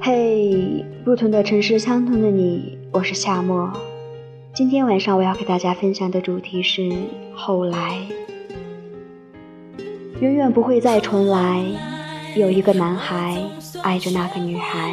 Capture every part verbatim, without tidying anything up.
嘿，不同的城市，相同的你，我是夏末。今天晚上我要给大家分享的主题是后来。永远不会再重来，有一个男孩爱着那个女孩。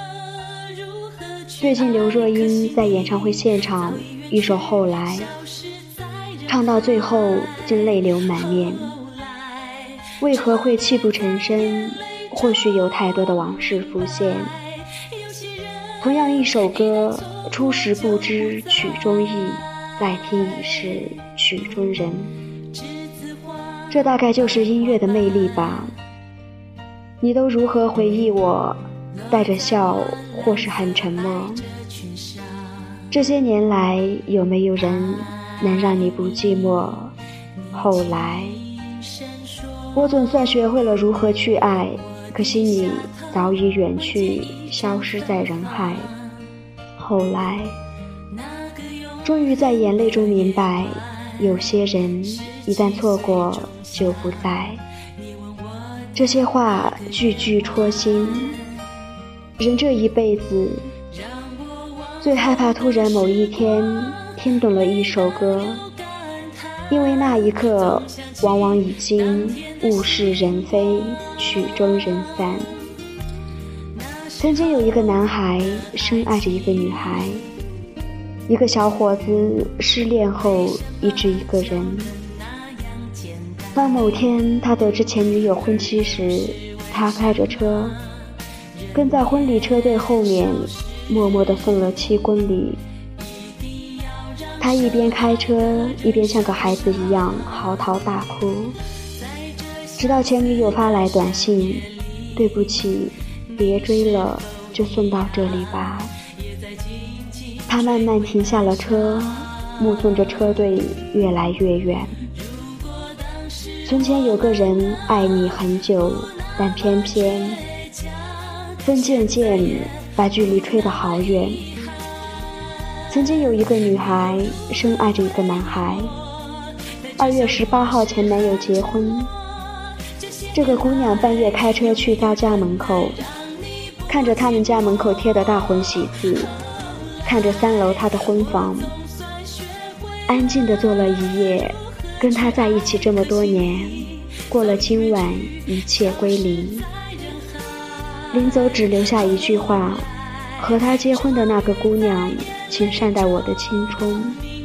最近刘若英在演唱会现场一首《后来》唱到最后竟泪流满面。为何会泣不成声？或许有太多的往事浮现。同样一首歌，初时不知曲中意，再听已是曲中人。这大概就是音乐的魅力吧。你都如何回忆我？带着笑，或是很沉默。这些年来，有没有人能让你不寂寞？后来，我总算学会了如何去爱，可惜你早已远去，消失在人海。后来，终于在眼泪中明白，有些人一旦错过就不在。这些话句句戳心。人这一辈子，最害怕突然某一天听懂了一首歌，因为那一刻往往已经物是人非，曲终人散。曾经有一个男孩深爱着一个女孩，一个小伙子失恋后一直一个人。当某天他得知前女友婚期时，他开着车跟在婚礼车队后面，默默地送了七公里。他一边开车一边像个孩子一样嚎啕大哭，直到前女友发来短信，对不起，别追了，就送到这里吧。他慢慢停下了车，目送着车队越来越远。从前有个人爱你很久，但偏偏风渐渐把距离吹得好远。曾经有一个女孩深爱着一个男孩，二月十八号前男友结婚。这个姑娘半夜开车去他家门口，看着他们家门口贴的大红喜字，看着三楼他的婚房，安静地坐了一夜。跟他在一起这么多年，过了今晚一切归零。临走只留下一句话，和他结婚的那个姑娘，请善待我的青春。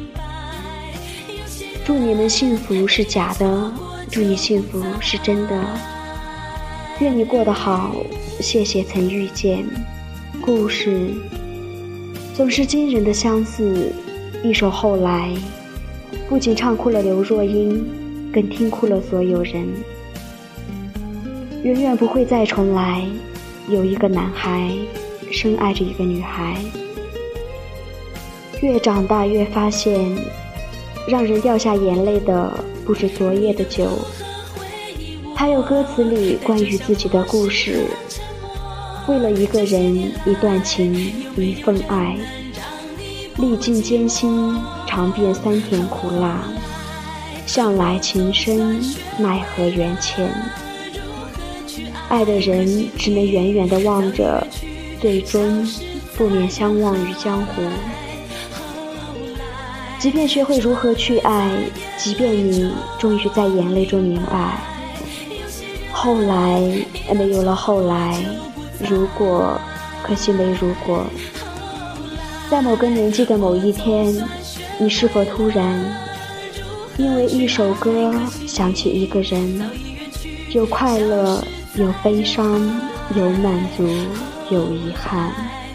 祝你们幸福是假的，祝你幸福是真的。愿你过得好，谢谢曾遇见。故事总是惊人的相似，一首后来不仅唱哭了刘若英，更听哭了所有人。永远不会再重来，有一个男孩深爱着一个女孩。越长大越发现，让人掉下眼泪的不止昨夜的酒，还有歌词里关于自己的故事。为了一个人，一段情，一份爱，历尽艰辛，尝遍酸甜苦辣，向来情深，奈何缘浅。爱的人只能远远地望着，最终不免相忘于江湖。即便学会如何去爱，即便你终于在眼泪中明白，后来没有了后来，如果可惜没如果。在某个年纪的某一天，你是否突然因为一首歌想起一个人，有快乐，有悲伤，有满足，有遗憾。